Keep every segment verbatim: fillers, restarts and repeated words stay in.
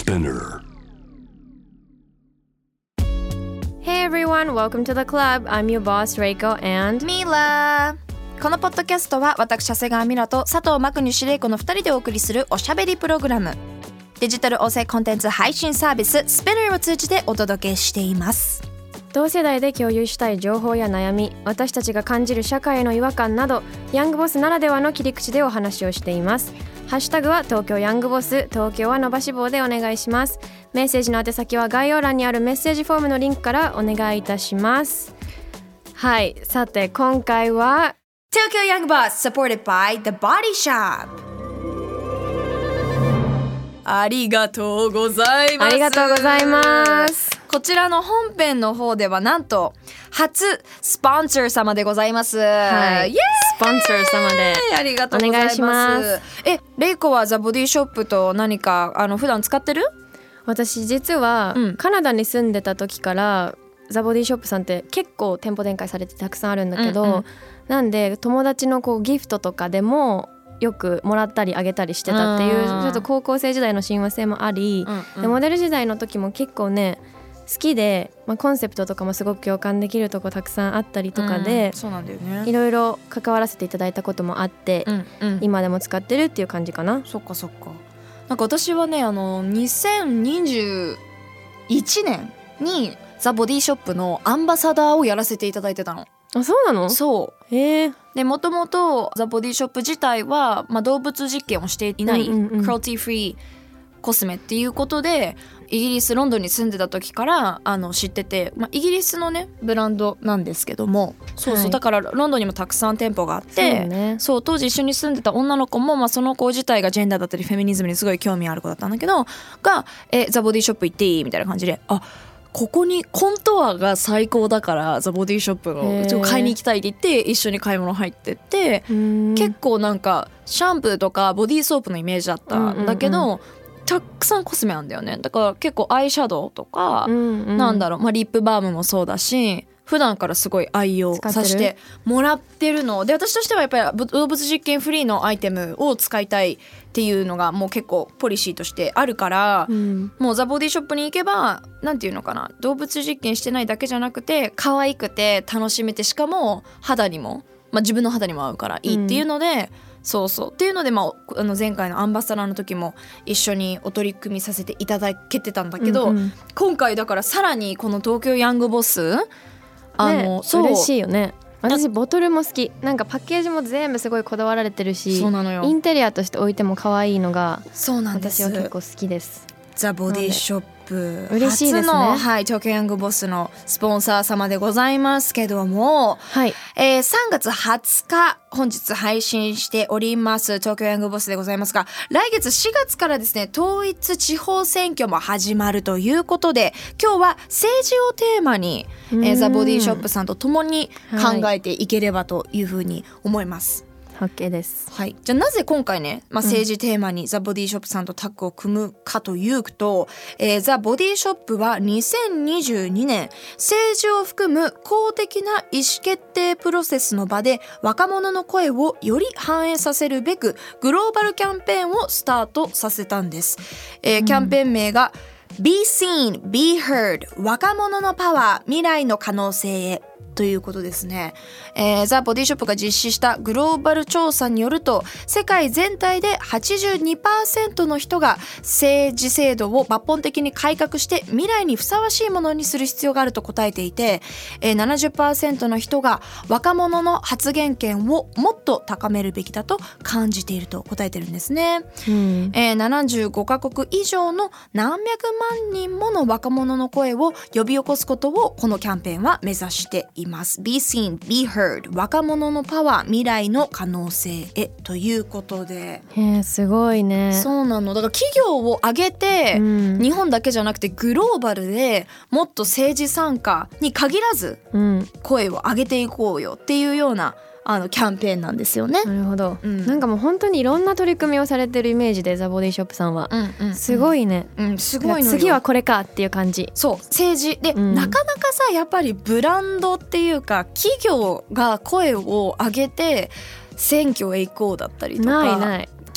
Spinner. Hey everyone, welcome to the club. I'm your boss, Reiko and ミラー。このポッドキャストは私長谷川ミラと佐藤真国司令子のふたりでお送りするおしゃべりプログラム。デジタル音声コンテンツ配信サービス Spinner を通じてお届けしています。 同世代で共有したい情報や悩み、私たちが感じる社会への違和感など、ヤングボスならではの切り口でお話をしています。ハッシュタグは東京ヤングボス、東京は伸ばし棒でお願いします。メッセージの宛先は概要欄にあるメッセージフォームのリンクからお願いいたします。はい、さて今回は東京ヤングボス supported by The Body Shop。ありがとうございます。 ありがとうございます。 こちらの本編の方ではなんと初スポンサー様でございます。 はい、 イエーイスポンサー様でありがとうございます。 お願いします。 え、レイコはザ・ボディショップと何かあの普段使ってる？ 私実は、うん、カナダに住んでた時からザ・ボディショップさんって結構店舗展開されてたくさんあるんだけど、うんうん、なんで友達のこうギフトとかでもよくもらったりあげたりしてたっていうちょっと高校生時代の親和性もあり、うんうん、でモデル時代の時も結構ね好きで、まあ、コンセプトとかもすごく共感できるとこたくさんあったりとかで、 うん、そうなんだよね、 いろいろ関わらせていただいたこともあって、うんうん、今でも使ってるっていう感じかな。 そっかそっか。なんか私はねあのにせんにじゅういちねんにザ・ボディショップのアンバサダーをやらせていただいてたの。 あ、そうなの？ そう。 へえ。 でもともとザ・ボディショップ自体は、まあ、動物実験をしていない、うんうんうん、クロルティフリーコスメっていうことでイギリスロンドンに住んでた時からあの知ってて、まあ、イギリスのねブランドなんですけども、そうそう、はい、だからロンドンにもたくさん店舗があって、そう、ね、そう当時一緒に住んでた女の子も、まあ、その子自体がジェンダーだったりフェミニズムにすごい興味ある子だったんだけどがえザ・ボディショップ行っていいみたいな感じで、あここにコントアが最高だからザ・ボディショップのちょっと買いに行きたいって言って一緒に買い物入ってって、結構なんかシャンプーとかボディーソープのイメージだったんだけど、うんうんうん、たくさんコスメなんだよね。だから結構アイシャドウとか、うんうん、なんだろう、まあ、リップバームもそうだし普段からすごい愛用させてもらってるので、私としてはやっぱり動物実験フリーのアイテムを使いたいっていうのがもう結構ポリシーとしてあるから、うん、もうザ・ボディショップに行けばなんていうのかな、動物実験してないだけじゃなくて可愛くて楽しめて、しかも肌にも、まあ、自分の肌にも合うからいいっていうので、うん、そうそうっていうので、まあ、あの前回のアンバサダーの時も一緒にお取り組みさせていただけてたんだけど、うんうん、今回だからさらにこの東京ヤングボスあの、 ね、そう嬉しいよね。私ボトルも好き。なんかパッケージも全部すごいこだわられてるし、 そうなのよ。 インテリアとして置いても可愛いのがそうなんです。 私は結構好きです。 ザ・ボディショップ嬉しいですね。 初の、はい、東京ヤングボスのスポンサー様でございますけども、はい、えー、さんがつはつか本日配信しております東京ヤングボスでございますが、来月しがつからですね統一地方選挙も始まるということで、今日は政治をテーマに、えー、ザ・ボディショップさんと共に考えていければというふうに思います。 はい、OK です。 はい、じゃあなぜ今回ね、まあ、政治テーマにザ・ボディショップさんとタッグを組むかというと、えー、ザ・ボディショップはにせんにじゅうにねん政治を含む公的な意思決定プロセスの場で若者の声をより反映させるべくグローバルキャンペーンをスタートさせたんです。えー、キャンペーン名が Be Seen, Be Heard 若者のパワー未来の可能性へということですね。えー、ザ・ボディショップが実施したグローバル調査によると、世界全体で はちじゅうにパーセント の人が政治制度を抜本的に改革して未来にふさわしいものにする必要があると答えていて、えー、ななじゅっパーセント の人が若者の発言権をもっと高めるべきだと感じていると答えてるんですね。うん、えー、ななじゅうごカ国以上の何百万人もの若者の声を呼び起こすことをこのキャンペーンは目指しています。Be seen, be heard 若者のパワー未来の可能性へということで、 へーすごいね。 そうなの。だから企業を挙げて、うん、日本だけじゃなくてグローバルでもっと政治参加に限らず、うん、声を上げていこうよっていうようなあのキャンペーンなんですよね。 なるほど、うん、なんかもう本当にいろんな取り組みをされてるイメージでザ・ボディショップさんは、うんうんうん、すごいね、 うん、すごいのよ。 次はこれかっていう感じ。 そう政治で、うん、なかなかさやっぱりブランドっていうか企業が声を上げて選挙へ行こうだったりとかないない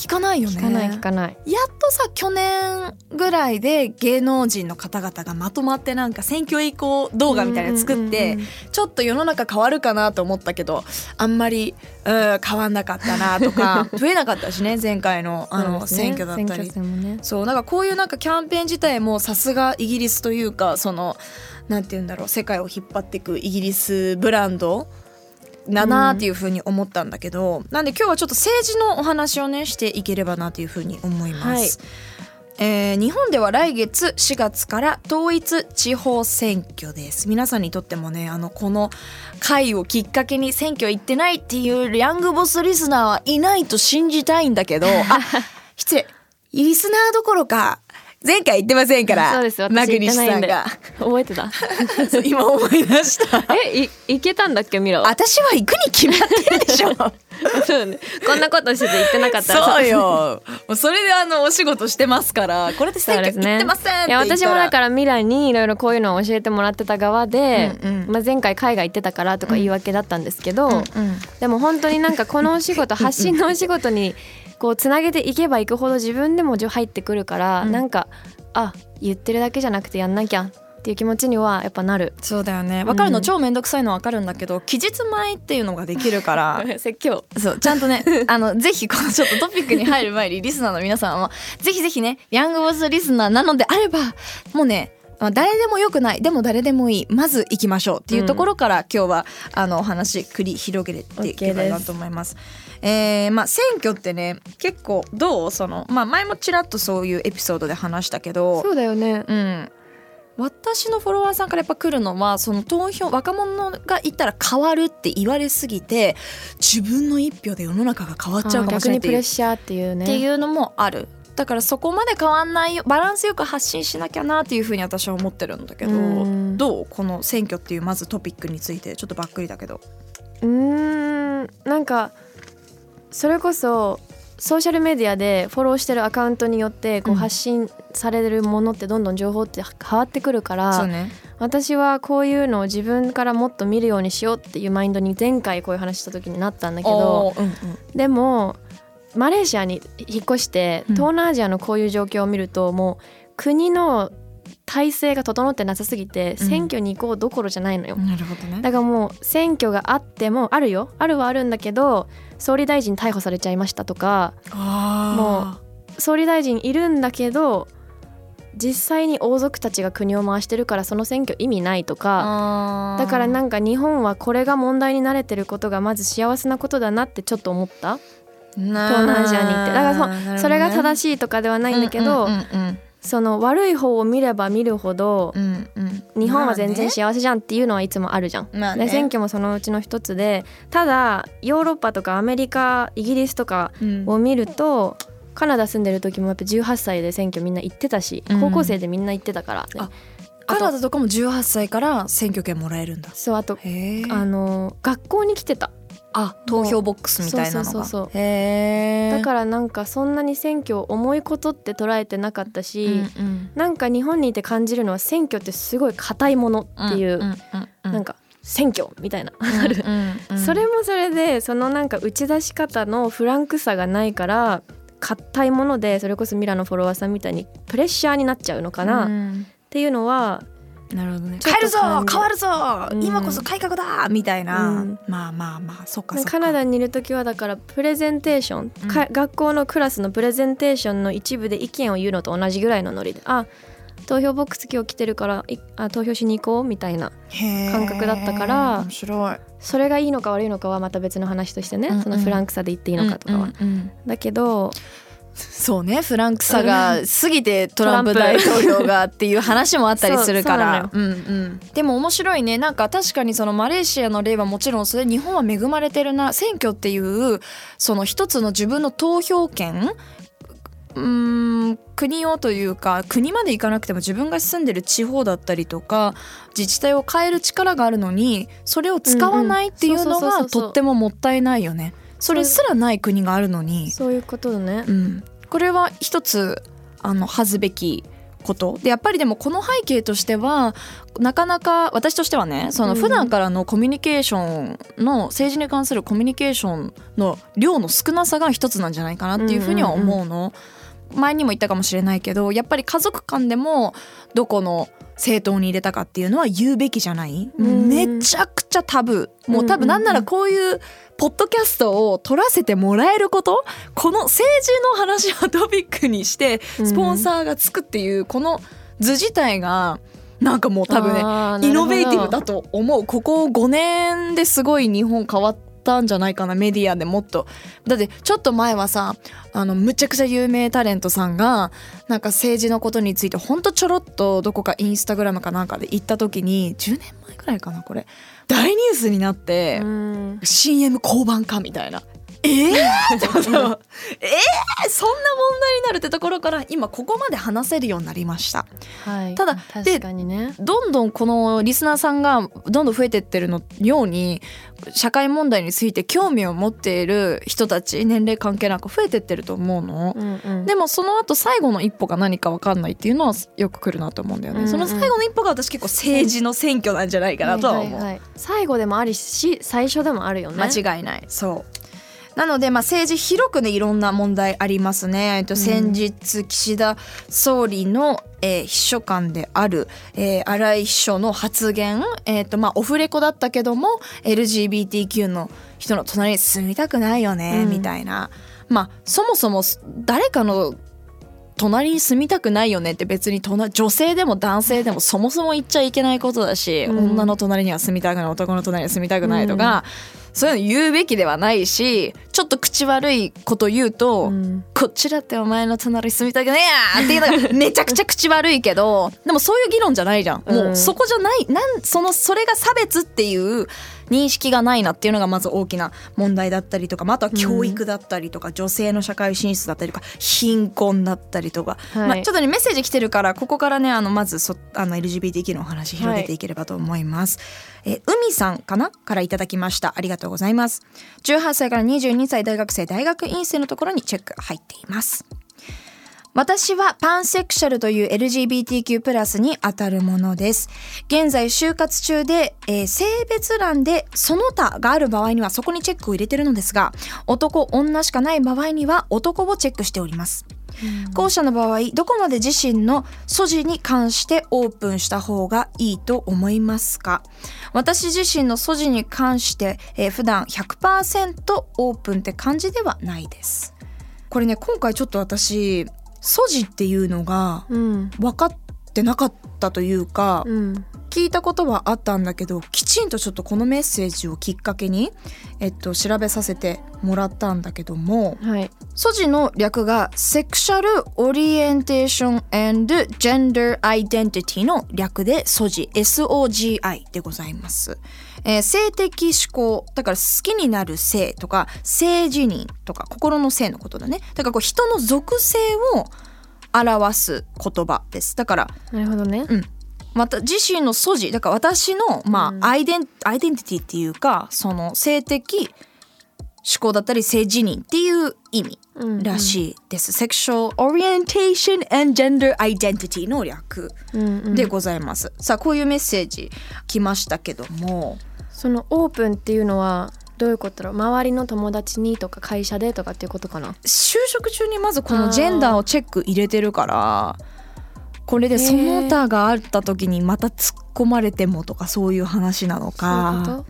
聞かないよね。 聞かない聞かない。 やっとさ去年ぐらいで芸能人の方々がまとまってなんか選挙以降動画みたいなの作って、ちょっと世の中変わるかなと思ったけどあんまり、うん、変わんなかったなとか増えなかったしね前回のあの選挙だったり、 ね、 そうなんかこういうなんかキャンペーン自体もさすがイギリスというかそのなんて言うんだろう世界を引っ張っていくイギリスブランドだなっていうふうに思ったんだけど、うん、なんで今日はちょっと政治のお話をねしていければなというふうに思います、はいえー、日本では来月しがつから統一地方選挙です。皆さんにとってもねあのこの回をきっかけに選挙行ってないっていうヤングボスリスナーはいないと信じたいんだけどあ失礼リスナーどころか前回言ってませんからそうです私マグニシさんが覚えてた今思い出したえい行けたんだっけミラ。 私は行くに決まってるでしょそうね、こんなことしてて行ってなかったらそうよもうそれであのお仕事してますからこれで選挙行ってませんって言ったら、 ね、いや私もだからミラにいろいろこういうのを教えてもらってた側で、 うんうんまあ、前回海外行ってたからとか言い訳だったんですけど、 うんうん、 でも本当になんかこのお仕事発信のお仕事にこうつなげていけばいくほど自分でも入ってくるから、うん、なんかあ言ってるだけじゃなくてやんなきゃっていう気持ちにはやっぱなる。 そうだよね分かるの、うん、超めんどくさいの分かるんだけど期日前っていうのができるから説教そうちゃんとねあのぜひこのちょっとトピックに入る前にリスナーの皆さんはぜひぜひねヤングボスリスナーなのであればもうね誰でもよくないでも誰でもいいまず行きましょうっていうところから、うん、今日はあのお話繰り広げていけばいいなと思います。えーまあ、選挙ってね結構どうその、まあ、前もちらっとそういうエピソードで話したけどそうだよね、 うん、私のフォロワーさんからやっぱ来るのはその投票若者が言ったら変わるって言われすぎて自分の一票で世の中が変わっちゃうかもしれないっていう、 逆にプレッシャーっていうねっていうのもある。だからそこまで変わんないよバランスよく発信しなきゃなっていうふうに私は思ってるんだけど、どうこの選挙っていうまずトピックについてちょっとばっくりだけどうーんなんかそれこそソーシャルメディアでフォローしてるアカウントによってこう発信されるものってどんどん情報って変わってくるから、 そうね、 私はこういうのを自分からもっと見るようにしようっていうマインドに前回こういう話した時になったんだけど、 うんうん、 でもマレーシアに引っ越して東南アジアのこういう状況を見ると、もう国の体制が整ってなさすぎて選挙に行こうどころじゃないのよ、 うん、なるほどね。 だからもう選挙があってもあるよあるはあるんだけど総理大臣逮捕されちゃいましたとか、 あもう総理大臣いるんだけど実際に王族たちが国を回してるからその選挙意味ないとか、だからなんか日本はこれが問題に慣れてることがまず幸せなことだなってちょっと思った。東南アジアに行ってだから そ,、ね、それが正しいとかではないんだけど、うんうんうんうん、その悪い方を見れば見るほど、うんうん、日本は全然幸せじゃんっていうのはいつもあるじゃん、まあね、で選挙もそのうちの一つで、ただヨーロッパとかアメリカイギリスとかを見ると、うん、カナダ住んでる時もやっぱじゅうはっさいで選挙みんな行ってたし、うん、高校生でみんな行ってたから、ね、 あカナダとかもじゅうはっさいから選挙権もらえるんだ。 そう、あとあの学校に来てた、 あ投票ボックスみたいなのが、 そうそうそうそう、 へー、 だからなんかそんなに選挙を重いことって捉えてなかったし、うんうん、なんか日本にいて感じるのは選挙ってすごい硬いものっていう、うんうんうんうん、なんか選挙みたいな、うんうんうん、それもそれでそのなんか打ち出し方のフランクさがないから硬いもので、それこそミラのフォロワーさんみたいにプレッシャーになっちゃうのかな、うん、っていうのはなるほどね、変えるぞ変わるぞ、うん、今こそ改革だみたいな、うん、まあまあまあそっかそっか。 カナダにいるときはだからプレゼンテーション、うん、学校のクラスのプレゼンテーションの一部で意見を言うのと同じぐらいのノリで、あ投票ボックス今日来てるからあ投票しに行こうみたいな感覚だったから、 面白い。 それがいいのか悪いのかはまた別の話としてね、うんうん、そのフランクさで言っていいのかとかは、うんうん、だけどそうね、フランクさが過ぎてトランプ大統領がっていう話もあったりするからうん、うん、でも面白いね。なんか確かにそのマレーシアの例はもちろんそれ日本は恵まれてるな。選挙っていうその一つの自分の投票権、うーん国をというか国まで行かなくても自分が住んでる地方だったりとか自治体を変える力があるのにそれを使わないっていうのがとってももったいないよね。それすらない国があるのに、 そういうことだね、 うん、これは一つあの恥ずべきことで、やっぱりでもこの背景としてはなかなか私としてはね、その普段からのコミュニケーションの、政治に関するコミュニケーションの量の少なさが一つなんじゃないかなっていうふうには思うの、うんうんうん、前にも言ったかもしれないけど、やっぱり家族間でもどこの政党に入れたかっていうのは言うべきじゃない、うん、めちゃくちゃタブー、もう多分なんならこういうポッドキャストを撮らせてもらえること、この政治の話をトピックにしてスポンサーがつくっていうこの図自体がなんかもう多分ねイノベーティブだと思う。ここごねんですごい日本変わったんじゃないかな、メディアでもっと。だってちょっと前はさ、あのむちゃくちゃ有名タレントさんがなんか政治のことについてほんとちょろっとどこかインスタグラムかなんかで言った時に、じゅうねんまえくらいかな、これ大ニュースになって、うん、シーエム 降板かみたいな、えー、えー、そんな問題になるってところから今ここまで話せるようになりました、はい、ただ確かにね、 でどんどんこのリスナーさんがどんどん増えてってるのように社会問題について興味を持っている人たち、年齢関係なく増えてってると思うの、うんうん、でもその後最後の一歩が何か分かんないっていうのはよく来るなと思うんだよね、うんうん、その最後の一歩が私結構政治の選挙なんじゃないかなとは思う、はいはいはい、 最後でもありし最初でもあるよね、 間違いない。そうなので、まあ、政治広くねいろんな問題ありますね、えっと、先日岸田総理の、えー、秘書官である、えー、荒井秘書の発言、えーとまあ、オフレコだったけども エルジービーティーキュー の人の隣に住みたくないよね、うん、みたいな、まあ、そもそも誰かの隣に住みたくないよねって別に女性でも男性でもそもそも言っちゃいけないことだし、うん、女の隣には住みたくない、男の隣には住みたくないとか、うんそういうの言うべきではないし、ちょっと口悪いこと言うと、うん、こっちだってお前の隣住みたくねえやっていうのがめちゃくちゃ口悪いけどでもそういう議論じゃないじゃん、うん、もうそこじゃないなんそのそれが差別っていう認識がないなっていうのがまず大きな問題だったりとか、まあ、あとは教育だったりとか、うん、女性の社会進出だったりとか貧困だったりとか、はいまあ、ちょっとねメッセージ来てるからここからねあのまずそあの エルジービーティーキュー のお話広げていければと思います、はいえ海さんかなからいただきました。ありがとうございます。じゅうはっさいからにじゅうにさい大学生大学院生のところにチェック入っています。私はパンセクシャルという エルジービーティーキュー プラスに当たるものです。現在就活中で、えー、性別欄でその他がある場合にはそこにチェックを入れてるのですが、男女しかない場合には男をチェックしております。後者の場合どこまで自身の素地に関してオープンした方がいいと思いますか？私自身の素地に関して、えー、普段 ひゃくパーセント オープンって感じではないです。これね今回ちょっと私素地っていうのが分かってなかったというか、うん、聞いたことはあったんだけどきちんとちょっとこのメッセージをきっかけに、えっと、調べさせてもらったんだけども、はい、素地の略がセクシャルオリエンテーション&ジェンダーアイデンティティの略で素地 エスオージーアイ でございます。えー、性的指向だから好きになる性とか性自認とか心の性のことだね。だからこう人の属性を表す言葉です。だからなるほどね、 うん、また自身の素地だから私の、まあうん、アイデン、アイデンティティっていうかその性的思考だったり性自認っていう意味らしいです、うんうん、Sexual Orientation and Gender Identity の略でございます、うんうん、さあこういうメッセージ来ましたけども、 そのオープンっていうのはどういうことだろう。周りの友達にとか会社でとかっていうことかな。 就職中にまずこのジェンダーをチェック入れてるからこれでその他があった時にまた突っ込まれてもとかそういう話なのか。 そういうこと。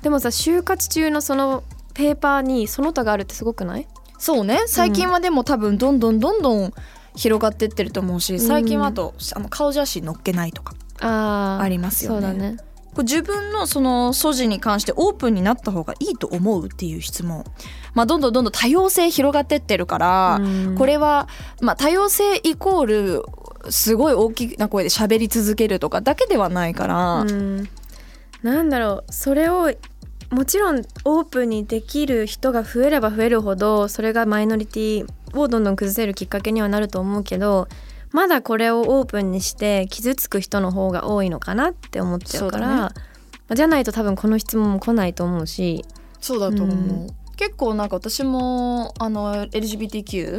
でもさ就活中のそのペーパーにその他があるってすごくない？ そうね最近はでも多分どんどんどんどん広がってってると思うし、最近はあと、うん、あの顔写真載っけないとかありますよね。 そうだね。 自分のその素地に関してオープンになった方がいいと思うっていう質問、まあ、どんどんどんどん多様性広がってってるから、うん、これは、まあ、多様性イコールすごい大きな声で喋り続けるとかだけではないから、うん、 なんだろうそれをもちろんオープンにできる人が増えれば増えるほどそれがマイノリティをどんどん崩せるきっかけにはなると思うけど、まだこれをオープンにして傷つく人の方が多いのかなって思っちゃうから、ね、じゃないと多分この質問も来ないと思うし。 そうだと思う、うん、結構なんか私もあの エルジービーティーキュー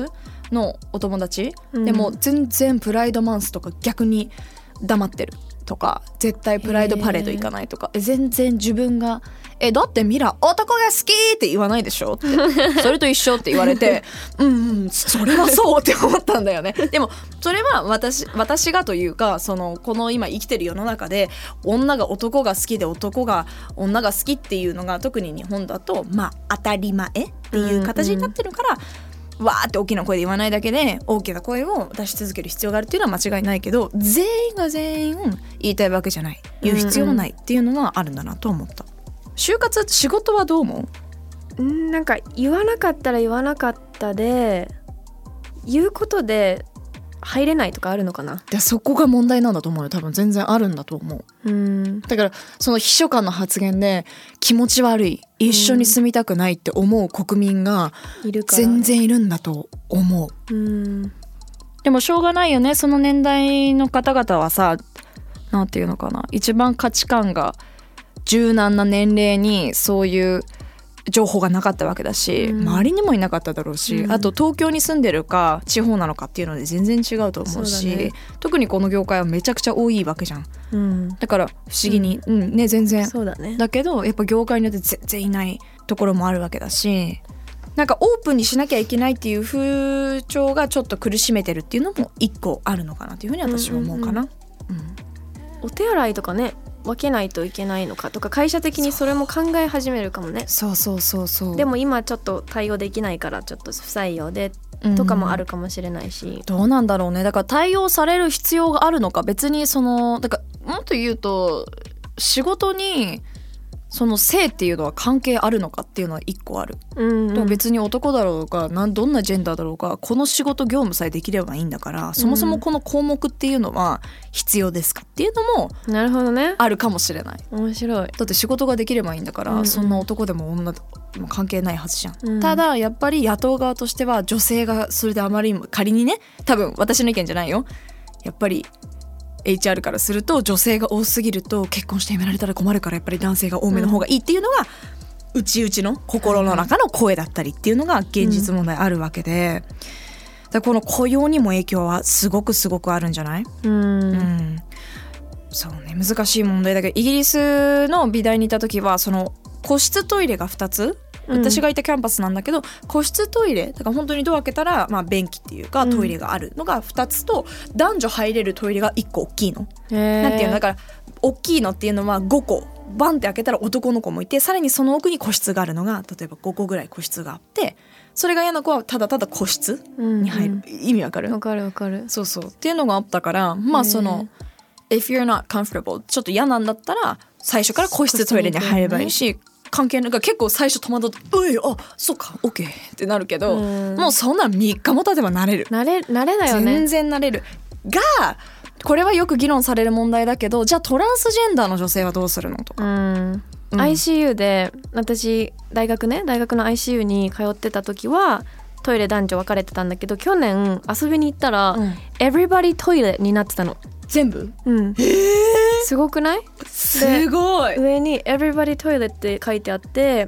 のお友達、 うん、 でも全然プライドマンスとか逆に黙ってるとか、絶対プライドパレード行かないとか、全然自分がえだってミラ男が好きって言わないでしょってそれと一緒って言われてうんうんそれはそうって思ったんだよね。でもそれは私私がというか、そのこの今生きてる世の中で女が男が好きで男が女が好きっていうのが特に日本だとまあ当たり前っていう形になってるから、うんうん、わーって大きな声で言わないだけで大きな声を出し続ける必要があるっていうのは間違いないけど、全員が全員言いたいわけじゃない、言う必要もないっていうのがあるんだなと思った。就活仕事はどう思う？んなんか言わなかったら言わなかったで、言うことで入れないとかあるのかな。 でそこが問題なんだと思うよ。多分全然あるんだと思う。 うんだからその秘書官の発言で気持ち悪い、一緒に住みたくないって思う国民が全然いるんだと思う。 うんでもしょうがないよね。その年代の方々はさ、なんていうのかな、一番価値観が柔軟な年齢にそういう情報がなかったわけだし、うん、周りにもいなかっただろうし、うん、あと東京に住んでるか地方なのかっていうので全然違うと思うし、そうだね、特にこの業界はめちゃくちゃ多いわけじゃん、うん、だから不思議に、うんうん、ね全然そうだね。 だけどやっぱ業界によって全然いないところもあるわけだし、なんかオープンにしなきゃいけないっていう風潮がちょっと苦しめてるっていうのも一個あるのかなっていうふうに私は思うかな、うんうんうん、 お手洗いとかね分けないといけないのかとか会社的にそれも考え始めるかもね。 そうそうそうそう。 でも今ちょっと対応できないからちょっと不採用でとかもあるかもしれないし、うん、 どうなんだろうね。だから対応される必要があるのか、別にそのだからもっと言うと仕事にその性っていうのは関係あるのかっていうのは一個ある、うんうん、でも別に男だろうがなんどんなジェンダーだろうがこの仕事業務さえできればいいんだから、そもそもこの項目っていうのは必要ですかっていうのもなるほどね、 あるかもしれない。 面白い。 だって仕事ができればいいんだから、うんうん、そんな男でも女でも関係ないはずじゃん、 うん、 ただやっぱり野党側としては女性がそれであまりにも仮にね、多分私の意見じゃないよ、やっぱりエイチアール からすると女性が多すぎると結婚して辞められたら困るから、やっぱり男性が多めの方がいいっていうのが内々の心の中の声だったりっていうのが現実問題あるわけで、だからこの雇用にも影響はすごくすごくあるんじゃない？うん、うん、そうね、難しい問題だけど、イギリスの美大にいた時はその個室トイレがふたつ、私がいたキャンパスなんだけど、うん、個室トイレだから本当にドア開けたら、まあ、便器っていうかトイレがあるのがふたつと、うん、男女入れるトイレがいっこ大きいの。なんていうのだから大きいのっていうのはごこバンって開けたら男の子もいて、さらにその奥に個室があるのが例えばごこぐらい個室があって、それが嫌な子はただただ個室に入る、うんうん、意味わかる？ わかるわかる。 そうそうっていうのがあったから、まあそのif you're not comfortable ちょっと嫌なんだったら最初から個室トイレに入ればいいし、関係ないから結構最初戸惑って「ういあそうか OK」ってなるけど、うん、もうそんなみっかも経てば慣れる慣れ慣れだよね。 全然慣れるが、これはよく議論される問題だけど、じゃあトランスジェンダーの女性はどうするのとか、 うんうん、アイシーユー で私大学ね大学の アイシーユー に通ってた時はトイレ男女分かれてたんだけど、去年遊びに行ったら、うん、Everybody トイレになってたの全部、 うん、すごくない？ すごい。 上に Everybody トイレって書いてあって、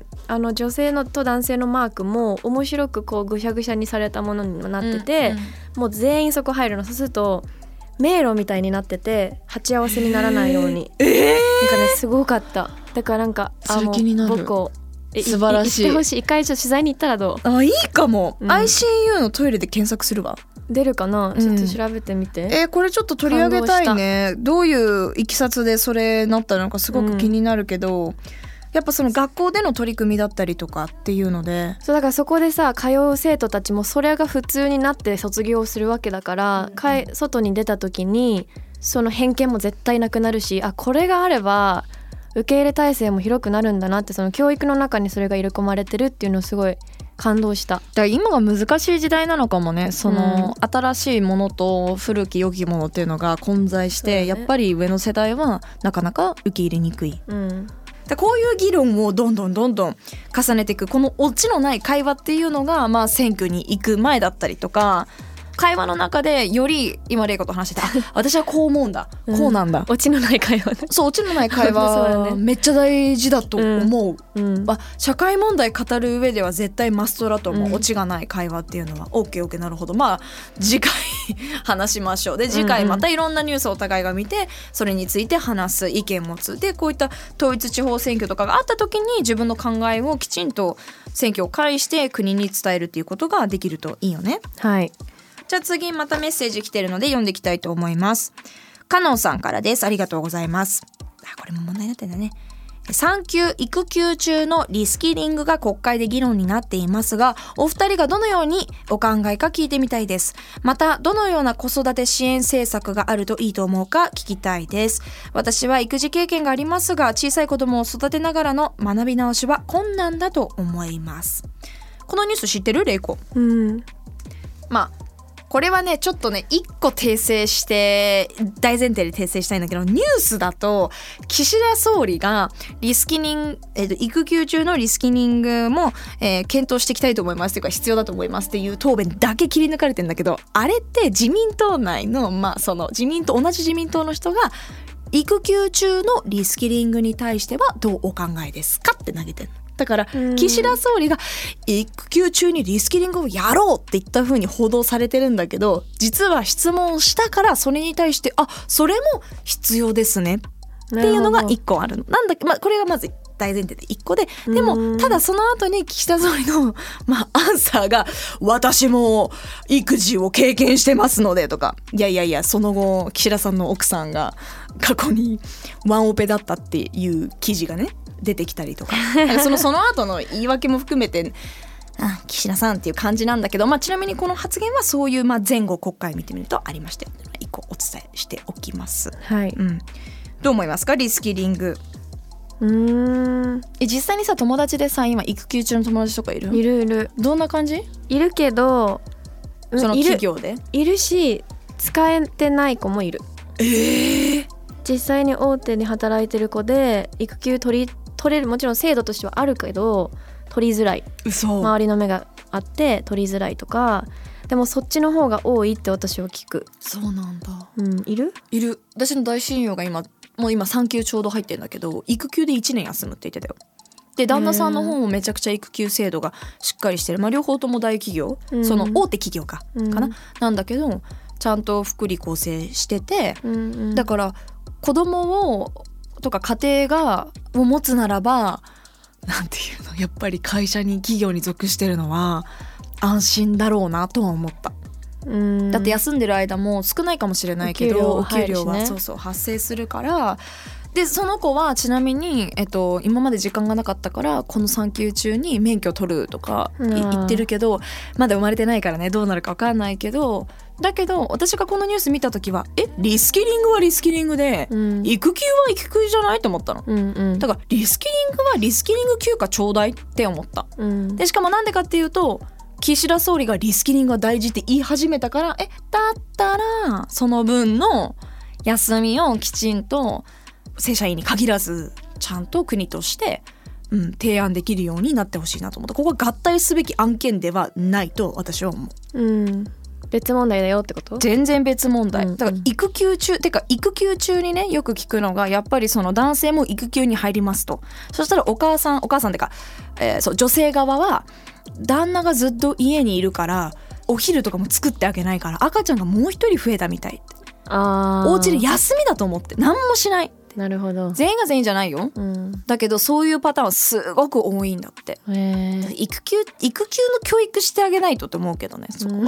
あの女性のと男性のマークも面白くこうぐしゃぐしゃにされたものにもなってて、うんうん、もう全員そこ入るの。そうすると迷路みたいになってて鉢合わせにならないように、えー、なんかねすごかった。だからなんかあの僕を素晴らしい。 行ってほしい。一回ちょっと取材に行ったらどう？ あ、いいかも、うん、アイシーユー のトイレで検索するわ。 出るかな、ちょっと調べてみて、 うん、えー、これちょっと取り上げたいね。どういういきさつでそれなったのかすごく気になるけど、うん、やっぱその学校での取り組みだったりとかっていうので、 そうだからそこでさ通う生徒たちもそれが普通になって卒業するわけだから、うん、かい外に出た時にその偏見も絶対なくなるし、あこれがあれば受け入れ体制も広くなるんだなって、その教育の中にそれが入れ込まれてるっていうのをすごい感動した。だから今が難しい時代なのかもね。その、うん、新しいものと古き良きものっていうのが混在して、ね、やっぱり上の世代はなかなか受け入れにくい、うん、でこういう議論をどんどんどんどん重ねていく、このオチのない会話っていうのが、まあ、選挙に行く前だったりとか、 会話の中でより今レイコと話しててあ私はこう思うんだ、うん、こうなんだ、 オチのない会話ね。 そうオチのない会話、ね、めっちゃ大事だと思う、 うんうんまあ、社会問題語る上では絶対マストだと思う、うん、オチがない会話っていうのは オーケーオーケー なるほど、まあ次回話しましょう。で次回またいろんなニュースをお互いが見てそれについて話す、意見持つ。でこういった統一地方選挙とかがあった時に自分の考えをきちんと選挙を介して国に伝えるっていうことができるといいよね。 はい。 じゃあ次またメッセージ来てるので読んでいきたいと思います。カノンさんからです。ありがとうございます。あこれも問題になってんだね。産休育休中のリスキリングが国会で議論になっていますが、お二人がどのようにお考えか聞いてみたいです。またどのような子育て支援政策があるといいと思うか聞きたいです。私は育児経験がありますが、小さい子供を育てながらの学び直しは困難だと思います。このニュース知ってる？レイコ。 うん。 まあこれはねちょっとね一個訂正して大前提で訂正したいんだけど、ニュースだと岸田総理がリスキリング、えー、と育休中のリスキリングも、えー、検討していきたいと思いますというか必要だと思いますっていう答弁だけ切り抜かれてるんだけど、あれって自民党内のまあその自民党同じ自民党の人が育休中のリスキリングに対してはどうお考えですかって投げてるの。だから岸田総理が育休中にリスキリングをやろうって言った風に報道されてるんだけど、実は質問をしたからそれに対してあそれも必要ですねっていうのが一個あるのなんだっけ、まあ、これがまず大前提で一個で、でもただその後に岸田総理の、まあ、アンサーが私も育児を経験してますのでとか、いやいやいやその後岸田さんの奥さんが過去にワンオペだったっていう記事がね出てきたりとか、そのその後の言い訳も含めてあ岸田さんっていう感じなんだけど、まあ、ちなみにこの発言はそういう、まあ、前後国会見てみるとありまして一個お伝えしておきます。 はい、 うん、どう思いますかリスキリング。 うーんえ実際にさ友達でさ今育休中の友達とかいる？ いるいる。 どんな感じ？ いるけどその企業でいるし使えてない子もいる。 えー、 実際に大手に働いてる子で育休取り取れる、もちろん制度としてはあるけど取りづらい、 嘘周りの目があって取りづらいとか、でもそっちの方が多いって私は聞く。 そうなんだ。 うん、いる？ いる。私の大親友が今もう今産休ちょうど入ってるんだけど育休でいちねん休むって言ってたよ。で旦那さんの方もめちゃくちゃ育休制度がしっかりしてる、まあ、両方とも大企業、うん、その大手企業か、うん、かななんだけどちゃんと福利厚生してて、うんうん、だから子供をとか家庭がを持つならばなんていうのやっぱり会社に企業に属してるのは安心だろうなとは思った。うんだって休んでる間も少ないかもしれないけどお給料は、ね、そうそう発生するから。でその子はちなみに、えっと、今まで時間がなかったからこの産休中に免許取るとか言ってるけど、まだ生まれてないからねどうなるか分かんないけど、だけど私がこのニュース見た時はえリスキリングはリスキリングで、うん、育休は育休じゃないと思ったの、うんうん、だからリスキリングはリスキリング休暇ちょうだいって思った、うん、でしかもなんでかっていうと岸田総理がリスキリングは大事って言い始めたからえだったらその分の休みをきちんと正社員に限らずちゃんと国として、うん、提案できるようになってほしいなと思った。ここは合体すべき案件ではないと私は思う、うん、 別問題だよってこと？ 全然別問題、うんうん、だから育休中てか育休中にねよく聞くのがやっぱりその男性も育休に入りますと、そしたらお母さんお母さんてか、えー、そう女性側は旦那がずっと家にいるからお昼とかも作ってあげないから赤ちゃんがもう一人増えたみたいって、あお家で休みだと思って何もしない。 なるほど。 全員が全員じゃないよ、うん、だけどそういうパターンはすごく多いんだって。へ育休育休の教育してあげないとって思うけどねそこは、うん、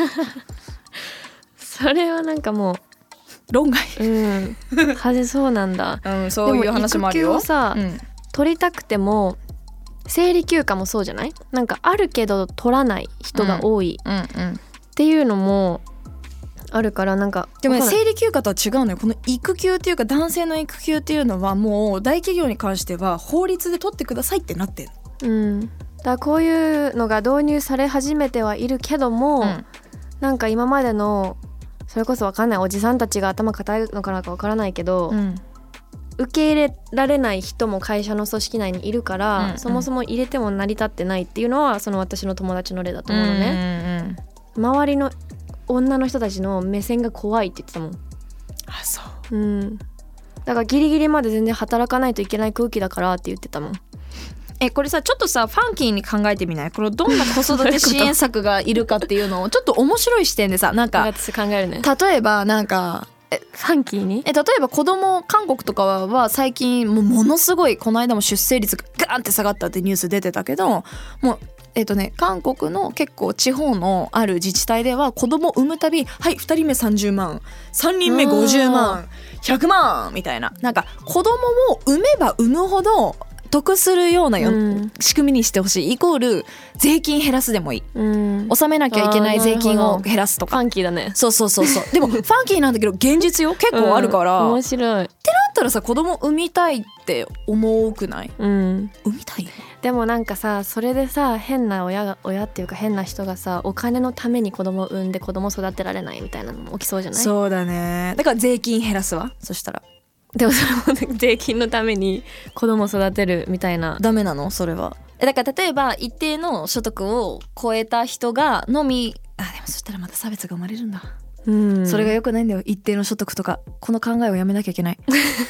それはなんかもう論外うんはじそうなんだ、 うん、そういう話もあるよ。 でも育休をさ、うん、取りたくても生理休暇もそうじゃない？なんかあるけど取らない人が多い、うんうんうん、っていうのもあるから、なんかでもね生理休暇とは違うのよ。この育休っていうか男性の育休っていうのはもう大企業に関しては法律で取ってくださいってなってる、 うん、だからこういうのが導入され始めてはいるけども、うん、なんか今までのそれこそ分かんないおじさんたちが頭固いのかなか分からないけど、うん、受け入れられない人も会社の組織内にいるから、うんうん、そもそも入れても成り立ってないっていうのはその私の友達の例だと思うのね、うんうん、周りの女の人たちの目線が怖いって言ってたもん。 あ、そう、 うん、だからギリギリまで全然働かないといけない空気だからって言ってたもん。 えこれさちょっとさファンキーに考えてみない？これどんな子育て支援策がいるかっていうのをちょっと面白い視点でさ、なんか私考えるね。 例えばなんかえファンキーにえ例えば子供韓国とかは最近もうものすごいこの間も出生率がガーンって下がったってニュース出てたけど、もうえっとね韓国の結構地方のある自治体では子供産むたびはいふたりめさんじゅうまんさんにんめごじゅうまんひゃくまんみたいな、なんか子供を産めば産むほど得するようなよ、うん、仕組みにしてほしい。イコール税金減らすでもいい、うん、納めなきゃいけない税金を減らすとか。 ファンキーだね。 そうそうそうそうでもファンキーなんだけど現実よ結構あるから、 うん、面白いってなったらさ子供産みたいって思うくない？うん、産みたい。 でもなんかさそれでさ変な親が親っていうか変な人がさお金のために子供産んで子供育てられないみたいなのも起きそうじゃない？ そうだね。だから税金減らすわ。そしたらでもそれも税金のために子供育てるみたいな。 ダメなのそれは？えだから例えば一定の所得を超えた人がのみ、あでもそしたらまた差別が生まれるんだ。うん、それが良くないんだよ。一定の所得とかこの考えをやめなきゃいけない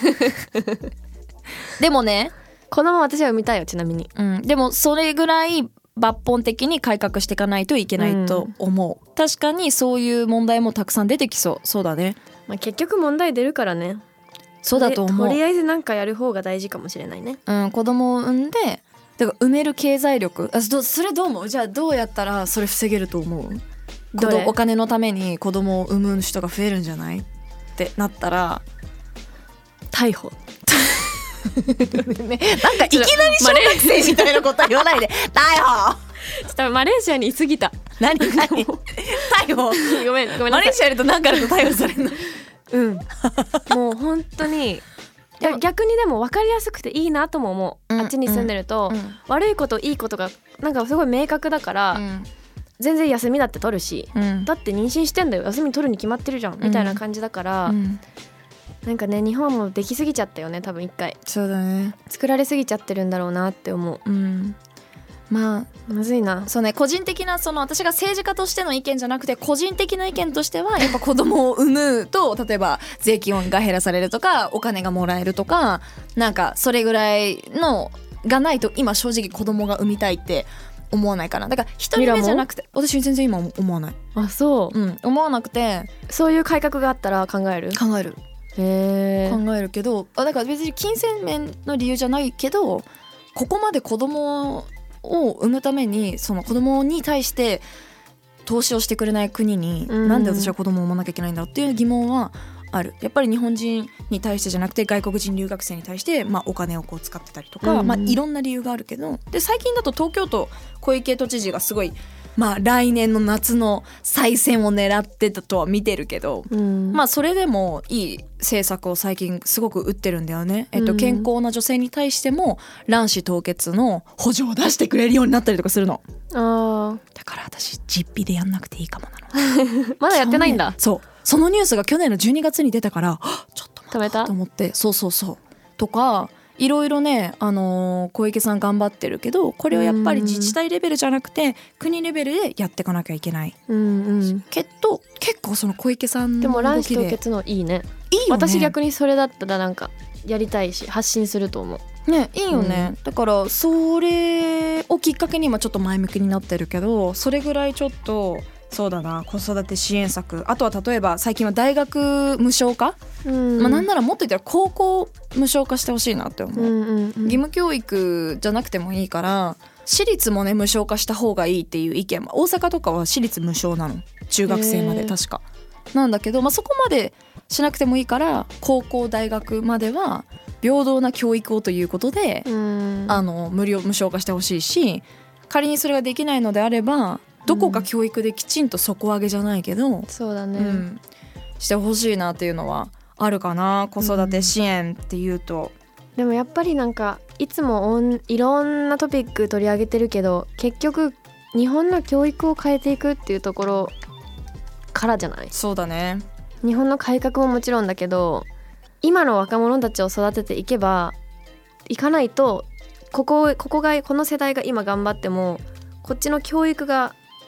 でもね子供私は産みたいよちなみに、 うん、でもそれぐらい抜本的に改革していかないといけないと思う、うん、確かにそういう問題もたくさん出てきそう。そうだね、 まあ、結局問題出るからね。 そうだと思う。 とりあえずなんかやる方が大事かもしれないね。 うん、子供を産んでだから産める経済力、あそれどう思う？じゃあどうやったらそれ防げると思う？お金のために子供を産む人が増えるんじゃないってなったら逮捕ね、なんかいきなり小学生みたいなこと言わないで逮捕ちょっとマレーシアにいすぎた。 何何逮捕ごめんごめんなさい。 マレーシアやると何からと逮捕されるのうんもう本当に逆にでも分かりやすくていいなとも思う、うん、あっちに住んでると、うん、悪いこといいことがなんかすごい明確だから、うん、全然休みだって取るし、うん、だって妊娠してんだよ休み取るに決まってるじゃん、うん、みたいな感じだから、うん、なんかね日本もできすぎちゃったよね多分一回。 そうだね作られすぎちゃってるんだろうなって思う、うん、まあまずいな。 そうね個人的なその私が政治家としての意見じゃなくて個人的な意見としてはやっぱ子供を産むと例えば税金が減らされるとかお金がもらえるとかなんかそれぐらいのがないと今正直子供が産みたいって思わないかな。だから一人目じゃなくて私全然今思わない。 あそう、 うん、思わなくてそういう改革があったら考える考えるへ考えるけどあだから別に金銭面の理由じゃないけどここまで子供を産むためにその子供に対して投資をしてくれない国に、うん、なんで私は子供を産まなきゃいけないんだろうっていう疑問はある。やっぱり日本人に対してじゃなくて外国人留学生に対して、まあ、お金をこう使ってたりとか、うんまあ、いろんな理由があるけどで最近だと東京都小池都知事がすごいまあ来年の夏の再選を狙ってたとは見てるけど、うん、まあそれでもいい政策を最近すごく打ってるんだよね、えっと、健康な女性に対しても卵子凍結の補助を出してくれるようになったりとかするの。あだから私実費でやんなくていいかもなのまだやってないんだ。 そうそのニュースが去年のじゅうにがつに出たからちょっと待ったと思ってそうそうそうとかいろいろね、あのー、小池さん頑張ってるけどこれをやっぱり自治体レベルじゃなくて国レベルでやっていかなきゃいけない、うんうん、けど結構その小池さんの動きででも卵子凍結のいいね。 いいよね。 私逆にそれだったらなんかやりたいし発信すると思うね。いいよね、うん、だからそれをきっかけに今ちょっと前向きになってるけどそれぐらいちょっとそうだな子育て支援策あとは例えば最近は大学無償化、うんまあ、なんならもっと言ったら高校無償化してほしいなって思う、うんうんうん、義務教育じゃなくてもいいから私立もね無償化した方がいいっていう意見、大阪とかは私立無償なの中学生まで確かなんだけど、まあ、そこまでしなくてもいいから高校大学までは平等な教育をということで、うん、あの無料無償化してほしいし仮にそれができないのであればどこか教育できちんと底上げじゃないけど、 うん、そうだね、 うん、してほしいなっていうのはあるかな子育て支援っていうと、 うん、でもやっぱりなんかいつもいろんなトピック取り上げてるけど結局日本の教育を変えていくっていうところからじゃない？ そうだね。 日本の改革ももちろんだけど今の若者たちを育てていけばいかないとここ、ここがこの世代が今頑張ってもこっちの教育が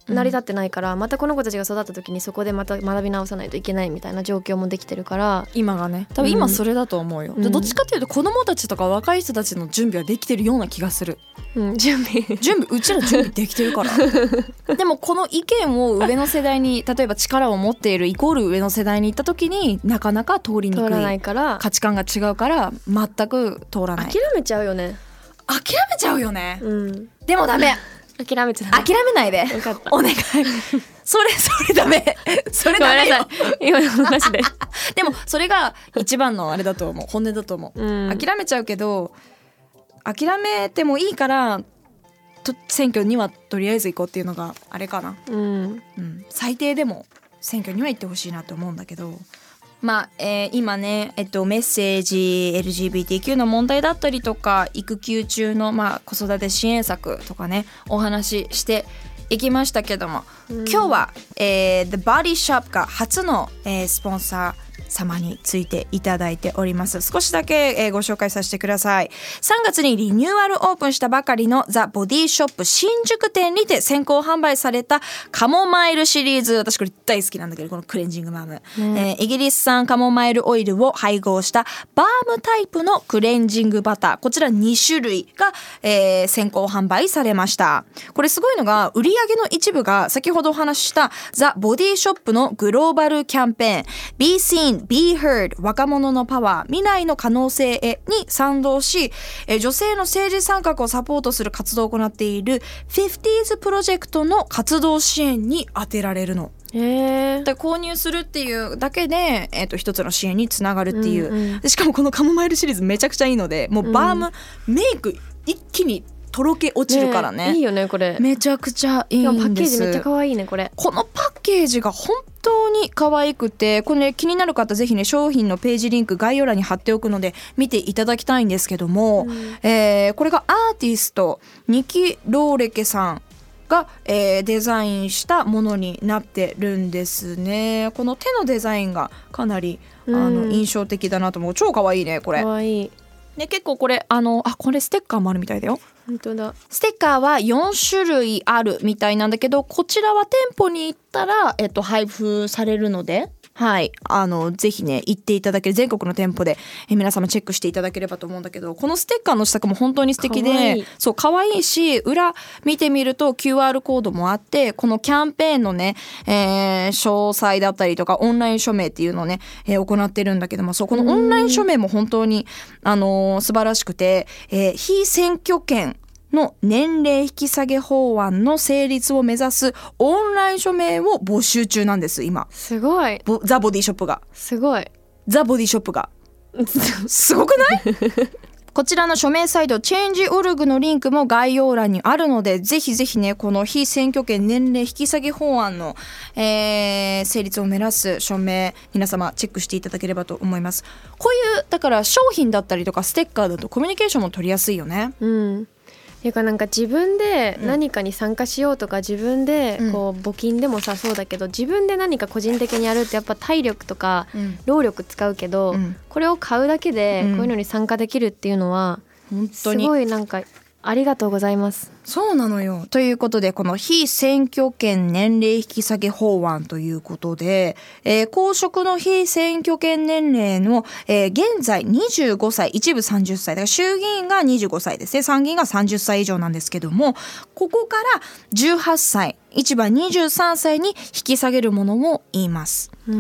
成り立ってないから、うん、またこの子たちが育った時にそこでまた学び直さないといけないみたいな状況もできてるから、 今がね多分今それだと思うよ、うん、でどっちかっていうと子供たちとか若い人たちの準備はできてるような気がする、 うん、準備準備うちら準備できてるからでもこの意見を上の世代に例えば力を持っているイコール上の世代に行った時になかなか通りにくい、 通らないから価値観が違うから全く通らない。 諦めちゃうよね。 諦めちゃうよね、 うん、 でもダメ諦めちゃダメ。 諦めないでよかったお願いそれそれダメそれダメよ今の話ででもそれが一番のあれだと思う本音だと思う、 うん、 諦めちゃうけど諦めてもいいからと選挙にはとりあえず行こうっていうのがあれかな、 うんうん、最低でも選挙には行ってほしいなと思うんだけど、まあえー、今ね、えっと、メッセージ エルジービーティーキュー の問題だったりとか育休中の、まあ、子育て支援策とかねお話ししていきましたけども、うん、今日は、えー、The Body Shop が初の、えー、スポンサー様についていただいております。少しだけ、えー、ご紹介させてください。さんがつにリニューアルオープンしたばかりのザ・ボディショップ新宿店にて先行販売されたカモマイルシリーズ、私これ大好きなんだけどこのクレンジングバーム、うんえー、イギリス産カモマイルオイルを配合したバームタイプのクレンジングバター、こちらに種類が、えー、先行販売されました。これすごいのが売上の一部が先ほどお話ししたザ・ボディショップのグローバルキャンペーン Be Seen Be Heard 若者のパワー未来の可能性へに賛同し、え女性の政治参画をサポートする活動を行っている フィフティーズ プロジェクトの活動支援に充てられるの。 へー。 で購入するっていうだけで、えー、と一つの支援につながるっていう、 うんうん、 でしかもこのカモマイルシリーズめちゃくちゃいいのでもうバーム、うん、メイク一気にとろけ落ちるからね。 ねいいよねこれ。 めちゃくちゃいいんです。 パッケージめっちゃ可愛いねこれ。 このパッケージが本当に可愛くて、これ、ね、気になる方ぜひね商品のページリンク概要欄に貼っておくので見ていただきたいんですけども、うん、えー、これがアーティストニキ・ローレケさんが、えー、デザインしたものになってるんですね。この手のデザインがかなり、うん、あの印象的だなと思う。超可愛いねこれ。 可愛いね、結構これあのあこれステッカーもあるみたいだよ。 本当だ。 ステッカーはよん種類あるみたいなんだけど、こちらは店舗に行ったら、えっと、配布されるので、はい、あのぜひね行っていただける全国の店舗でえ皆様チェックしていただければと思うんだけど、このステッカーの試作も本当に素敵で、 かわいい。 そう可愛いし、裏見てみると キューアール コードもあって、このキャンペーンのね、えー、詳細だったりとかオンライン署名っていうのをね、えー、行ってるんだけども、そうこのオンライン署名も本当にあのー、素晴らしくて、えー、非選挙権の年齢引き下げ法案の成立を目指すオンライン署名を募集中なんです今。 すごい。 ザ・ボディショップがすごいザ・ボディショップがすごくないこちらの署名サイトチェンジオルグのリンクも概要欄にあるので、ぜひぜひねこの非選挙権年齢引き下げ法案の、えー、成立を目指す署名皆様チェックしていただければと思います。こういうだから商品だったりとかステッカーだとコミュニケーションも取りやすいよね。 うん。いうかなんか自分で何かに参加しようとか、自分でこう募金でもさそうだけど、自分で何か個人的にやるってやっぱ体力とか労力使うけど、これを買うだけでこういうのに参加できるっていうのはすごいなんかありがとうございます。 そうなのよ。ということでこの非選挙権年齢引き下げ法案ということで、えー、公職の非選挙権年齢の、えー、現在にじゅうごさい一部さんじゅっさいだから衆議院がにじゅうごさいですね、参議院がさんじゅっさい以上なんですけども、ここからじゅうはっさい一部にじゅうさんさいに引き下げるものを言います。 うん、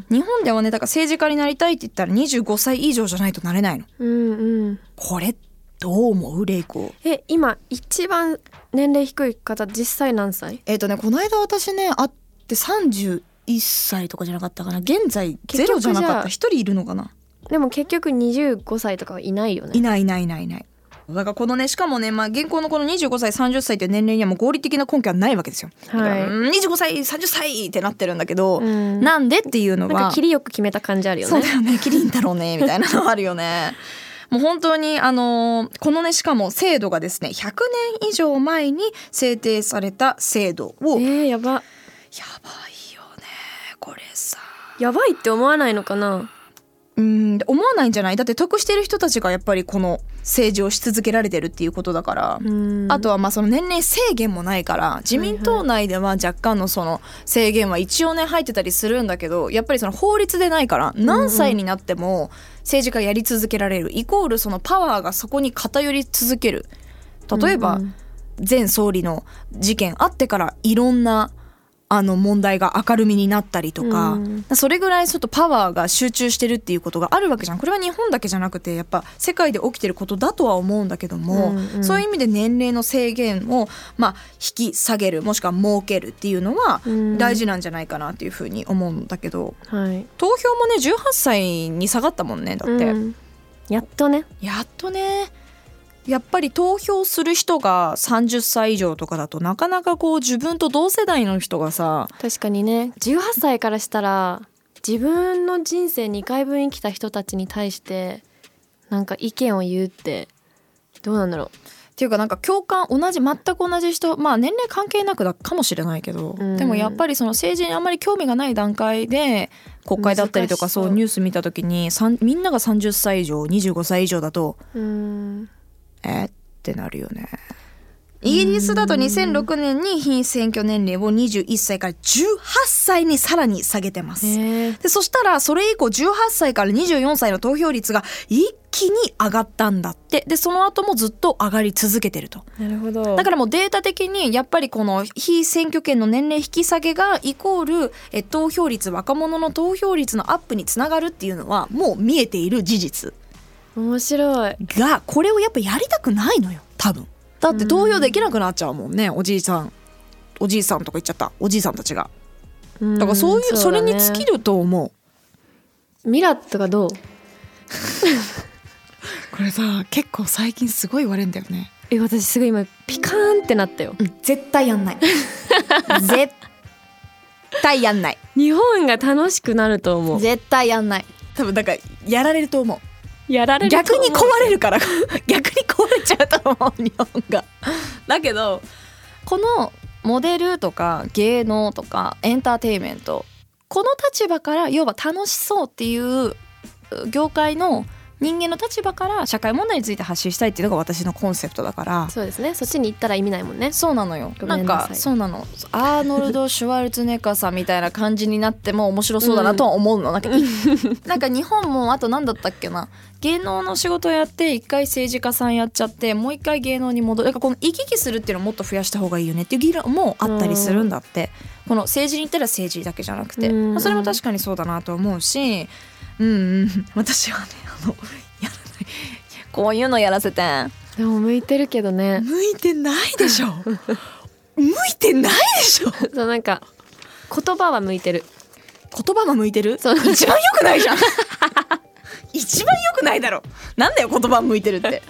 日本ではねだから政治家になりたいって言ったらにじゅうごさい以上じゃないとなれないの。 うんうん、 これどう思うレイコ？ え今一番年齢低い方実際何歳？ えっとねこの間私ね会ってさんじゅういっさいとかじゃなかったかな。現在ゼロじゃなかった。ひとりいるのかな。 でも結局にじゅうごさいとかはいないよね。 いないいないいないいない。だからこのねしかもね、まあ、現行のこのにじゅうごさいさんじゅっさいという年齢にはもう合理的な根拠はないわけですよ。だから、はい、にじゅうごさいさんじゅっさいってなってるんだけど、うん、なんでっていうのはなんかキリよく決めた感じあるよね。 そうだよね、キリんだろうねみたいなのあるよね。もう本当にあのー、このねしかも制度がですねひゃくねん以上前に制定された制度を、 えー、やばやばいよねこれさ。 やばいって思わないのかな。 うん思わないんじゃない？だって得してる人たちがやっぱりこの政治をし続けられてるっていうことだから。あとはまあその年齢制限もないから自民党内では若干のその制限は一応ね入ってたりするんだけど、やっぱりその法律でないから何歳になっても政治家やり続けられるイコールそのパワーがそこに偏り続ける。例えば前総理の事件あってからいろんなあの問題が明るみになったりとか、うん、それぐらいちょっとパワーが集中してるっていうことがあるわけじゃん。これは日本だけじゃなくてやっぱ世界で起きてることだとは思うんだけども、うんうん、そういう意味で年齢の制限をまあ引き下げるもしくは設けるっていうのは大事なんじゃないかなっていうふうに思うんだけど、うんはい、投票もねじゅうはっさいに下がったもんね。だって、うん、 やっとねやっとねやっぱり投票する人がさんじゅっさい以上とかだとなかなかこう自分と同世代の人がさ、 確かにねじゅうはっさいからしたら自分の人生にかいぶん生きた人たちに対してなんか意見を言うってどうなんだろうっていうか、なんか共感同じ全く同じ人、まあ年齢関係なくだかもしれないけど、うん、でもやっぱりその政治にあんまり興味がない段階で国会だったりとかそうニュース見た時にみんながさんじゅっさい以上にじゅうごさい以上だと、うんえってなるよね。イギリスだとにせんろくねんに被選挙年齢をにじゅういっさいからじゅうはっさいにさらに下げてます。でそしたらそれ以降じゅうはっさいからにじゅうよんさいの投票率が一気に上がったんだって。でその後もずっと上がり続けてると。 なるほど。 だからもうデータ的にやっぱりこの被選挙権の年齢引き下げがイコールえ投票率若者の投票率のアップにつながるっていうのはもう見えている事実。 面白いがこれをやっぱやりたくないのよ多分。だって投票できなくなっちゃうもんね、おじいさんおじいさんとか言っちゃったおじいさんたちが。だからそういう そ,、ね、それに尽きると思う。ミラとかどうこれさ結構最近すごい言われるんだよね。 え私すごい今ピカーンってなったよ、 うん、絶対やんない絶対やんない。 日本が楽しくなると思う。 絶対やんない。多分だからやられると思う。 やられる逆に壊れるから逆に壊れちゃうと思う日本が。だけどこのモデルとか芸能とかエンターテインメントこの立場から要は楽しそうっていう業界の人間の立場から社会問題について発信したいっていうのが私のコンセプトだから。 そうですね。そっちに行ったら意味ないもんね。 そうなのよ。なんかそうなの。アーノルド・シュワルツェネッガーさんみたいな感じになっても面白そうだなとは思うの、うん、なんかなんか日本もあと何だったっけな芸能の仕事やって一回政治家さんやっちゃってもう一回芸能に戻る。だからこの行き来するっていうのをもっと増やした方がいいよねっていう議論もあったりするんだって、うん、この政治に行ったら政治だけじゃなくて、うんまあ、それも確かにそうだなと思うし、うんうん、私はねあのやらないこういうのやらせて。 でも向いてるけどね。 向いてないでしょ向いてないでしょそうなんか言葉は向いてる。 言葉は向いてる。そう一番良くないじゃん一番良くないだろ。なんだよ言葉は向いてるって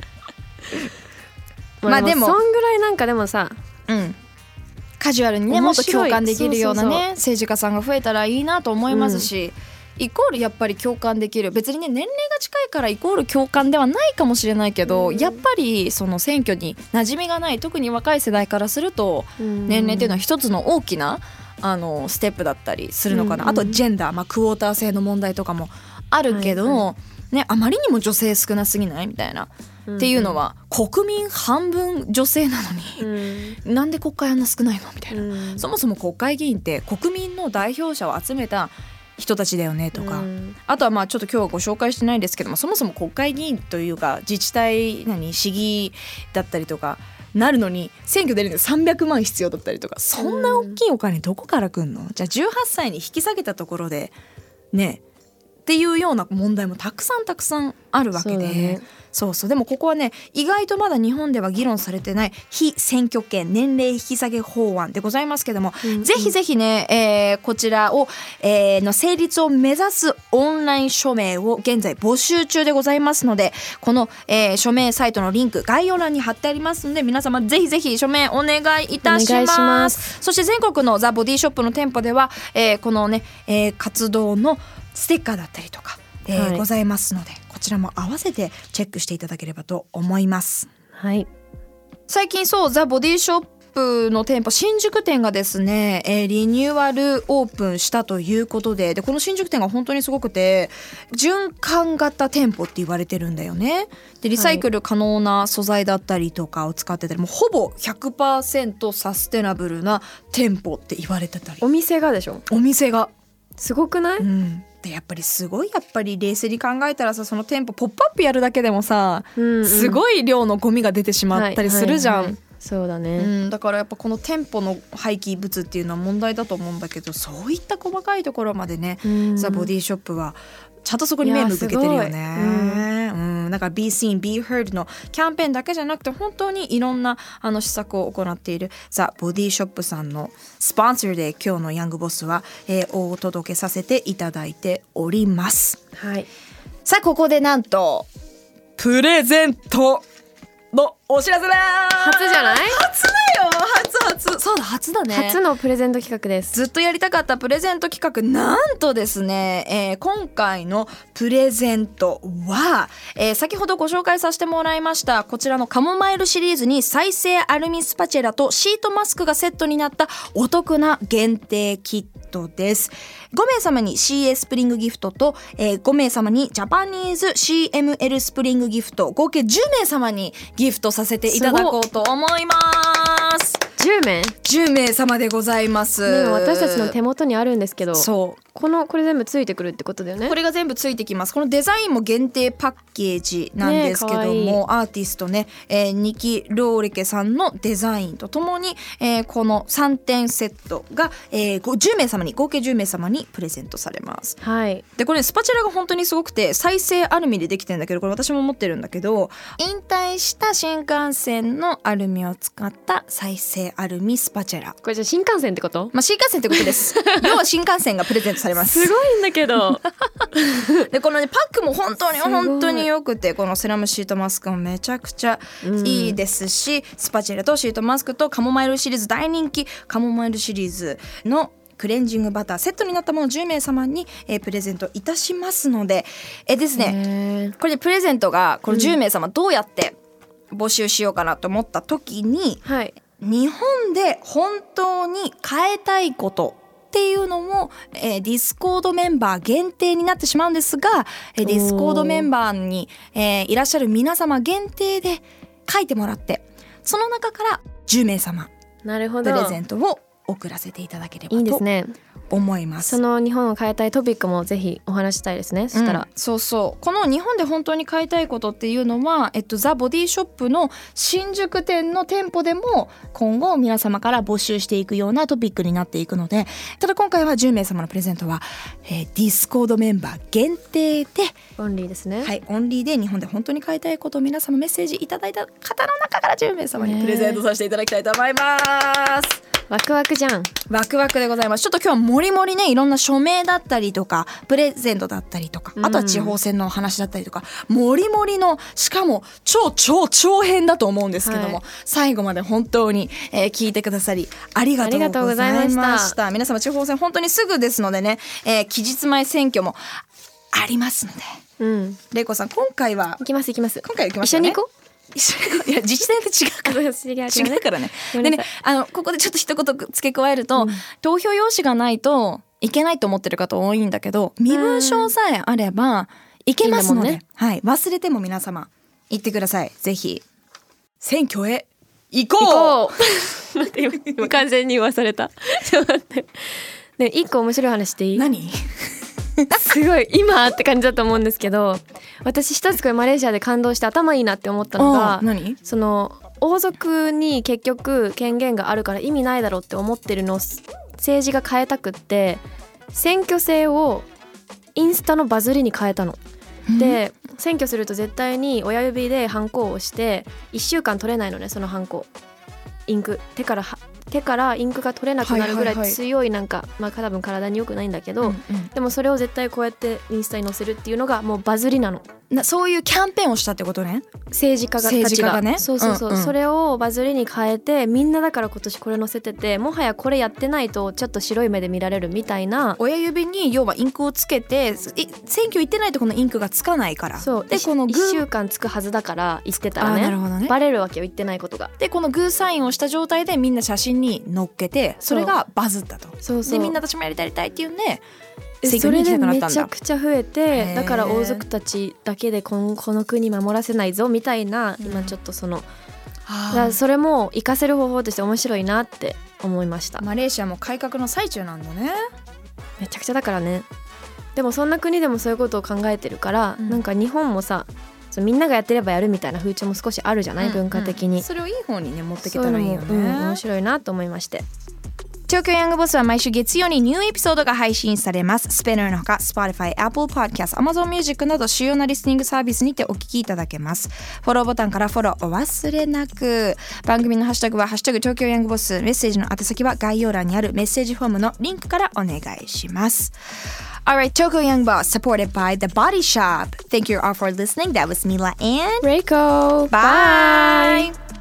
まあでもそんぐらいなんかでもさ、 うんカジュアルにねもっと共感できるようなねそうそうそう政治家さんが増えたらいいなと思いますし、うん、イコールやっぱり共感できる。別にね年齢が近いからイコール共感ではないかもしれないけど、うん、やっぱりその選挙に馴染みがない特に若い世代からすると、うん、年齢っていうのは一つの大きなあのステップだったりするのかな、うん、あとジェンダー、まあ、クォーター制の問題とかもあるけど、はいはいね、あまりにも女性少なすぎないみたいな、うん、っていうのは国民半分女性なのに、うん、なんで国会あんな少ないのみたいな、うん、そもそも国会議員って国民の代表者を集めた人たちだよねとか、うん、あとはまあちょっと今日はご紹介してないですけどもそもそも国会議員というか自治体何市議だったりとかなるのに選挙出るのにさんびゃくまん必要だったりとかそんな大きいお金どこから来んの、うん、じゃあじゅうはっさいに引き下げたところでねっていうような問題もたくさんたくさんあるわけで、そうね、そうそうでもここはね意外とまだ日本では議論されてない被選挙権年齢引き下げ法案でございますけども、うんうん、ぜひぜひね、えー、こちらを、えー、の成立を目指すオンライン署名を現在募集中でございますのでこの、えー、署名サイトのリンク概要欄に貼ってありますので皆様ぜひぜひ署名お願いいたします。お願いします。そして全国のザ・ボディショップの店舗では、えー、このね、えー、活動のステッカーだったりとか、えーはい、ございますのでこちらも合わせてチェックしていただければと思います。 はい。 最近そうザ・ボディショップの店舗新宿店がですね、えー、リニューアルオープンしたということで、でこの新宿店が本当にすごくて循環型店舗って言われてるんだよね。でリサイクル可能な素材だったりとかを使ってたり、もうほぼ ひゃくパーセント サステナブルな店舗って言われてたり。 お店がでしょ。 お店がすごくない？ うん、でやっぱりすごいやっぱり冷静に考えたらさ、その店舗ポップアップやるだけでもさ、うんうん、すごい量のゴミが出てしまったりするじゃん、はいはいはい、 そうだね、 うん、だからやっぱこの店舗の廃棄物っていうのは問題だと思うんだけど、そういった細かいところまでね、うん、ザ・ボディショップはちゃんとそこに目向けてるよね、うんうん、だから Be Seen, Be Heard のキャンペーンだけじゃなくて本当にいろんなあの施策を行っているザ・ボディショップさんのスポンサーで今日のヤングボスは、えー、お届けさせていただいております、 はい、 さあここでなんとプレゼントのお知らせだ。 初じゃない？ 初だよ、初初そうだ初だね。 初のプレゼント企画です。 ずっとやりたかったプレゼント企画、なんとですね、えー、今回のプレゼントは、えー、先ほどご紹介させてもらいましたこちらのカモマイルシリーズに再生アルミスパチェラとシートマスクがセットになったお得な限定キットです。ごめい様に シーエー スプリングギフトと、えー、ごめい様にジャパニーズ シーエムエル スプリングギフト、合計じゅうめい様にギフトさせていただこうと思います。 じゅうめいじゅうめい様でございます。 ね、私たちの手元にあるんですけど、 そうこのこれ全部ついてくるってことだよね。 これが全部ついてきます。このデザインも限定パッケージなんですけども、ね、いいアーティストね、えー、ニキ・ローレケさんのデザインとともに、えー、このさんてんセットが、えー、じゅうめい様に合計じゅうめい様にプレゼントされます、 はい、 でこれ、ね、スパチェラが本当にすごくて再生アルミでできてるんだけど、これ私も持ってるんだけど、引退した新幹線のアルミを使った再生アルミスパチェラ。 これじゃ新幹線ってこと？ まあ、新幹線ってことです要は新幹線がプレゼントされますすごいんだけどでこの、ね、パックも本当に本当によくて、このセラムシートマスクもめちゃくちゃいいですし、うん、スパチェラとシートマスクとカモマイルシリーズ大人気カモマイルシリーズのクレンジングバターセットになったものをじゅうめい様に、えー、プレゼントいたしますので、えー、ですね、これでプレゼントがこのじゅうめい様どうやって募集しようかなと思った時に、 うん、はい、 日本で本当に変えたいことっていうのも、えー、ディスコードメンバー限定になってしまうんですが、えー、ディスコードメンバーに、えー、いらっしゃる皆様限定で書いてもらって、その中からじゅうめい様なるほどプレゼントを送らせていただければといいですね。 思います。 その日本を変えたいトピックもぜひお話したいですね。そしたら、うん、 そうそう、この日本で本当に変えたいことっていうのは、えっと、ザ・ボディショップの新宿店の店舗でも今後皆様から募集していくようなトピックになっていくので、ただ今回はじゅうめい様のプレゼントは、えー、ディスコードメンバー限定でオンリーですね。 はい、オンリーで日本で本当に変えたいことを皆様メッセージいただいた方の中からじゅうめい様にプレゼントさせていただきたいと思います。 ワクワクじゃん。 ワクワクでございます。ちょっと今日はもりもりね、いろんな署名だったりとかプレゼントだったりとか、あとは地方選の話だったりとか、もりもりの、しかも超超超編だと思うんですけども、はい、最後まで本当に、えー、聞いてくださりありがとうございました。した皆様、地方選本当にすぐですのでね、えー、期日前選挙もありますので、うん、れいこさん今回は行きます行きます。 今回は行きますよね。 一緒に行こう。 いや自治体って違うから違うからね。でね、あのここでちょっと一言付け加えると、うん、投票用紙がないといけないと思ってる方多いんだけど、身分証さえあればいけますので、いいね、はい、忘れても皆様言ってください。ぜひ選挙へ行こう。行こう待って 今, 今完全に言わされたちょっと待って。ね、一個面白い話していい？ 何すごい今って感じだと思うんですけど、私一つこれマレーシアで感動して頭いいなって思ったのが、 何？ その王族に結局権限があるから意味ないだろうって思ってるのを政治が変えたくって、選挙制をインスタのバズりに変えたの。で選挙すると絶対に親指でハンコを押していっしゅうかん取れないのね、そのハンコ。インク手から手からインクが取れなくなるぐらい強い、なんか、まあ多分体に良くないんだけど、うんうん、でもそれを絶対こうやってインスタに載せるっていうのがもうバズりなの。 なそういうキャンペーンをしたってことね。 政治家が政治家がね、 そうそうそう、 うんうん、 それをバズりに変えて、みんなだから今年これ載せてて、もはやこれやってないとちょっと白い目で見られるみたいな。 親指に要はインクをつけて、選挙行ってないとこのインクがつかないから。 そうで、このいっしゅうかんつくはずだから言ってたら ね, なるほどね、 バレるわけよ、言ってないことが。 でこのグーサインをした状態でみんな写真に載っけて、それがバズったと。 そうそう、 でみんな私もやりたいやりたいっていうんでそれでめちゃくちゃ増えて、だから王族たちだけでこの、この国守らせないぞみたいな、うん、今ちょっとその、だからそれも活かせる方法として面白いなって思いました。 マレーシアも改革の最中なんだね。 めちゃくちゃだからね。でもそんな国でもそういうことを考えてるから、うん、なんか日本もさ、みんながやってればやるみたいな風潮も少しあるじゃない、うん、文化的に、 うん、それをいい方にね持ってきたらいいよね。 そういうのも、うん、面白いなと思いまして。 東京ヤングボスは毎週月曜にニューエピソードが配信されます。スペナーのほか Spotify、Apple Podcast、Amazon Music など主要なリスニングサービスにてお聞きいただけます。フォローボタンからフォローお忘れなく。番組のハッシュタグはハッシュタグ東京ヤングボス。メッセージの宛先は概要欄にあるメッセージフォームのリンクからお願いします。Alright, Tokyo Young Boss, supported by The Body Shop. Thank you all for listening. That was Mila and Reiko. Bye. Bye.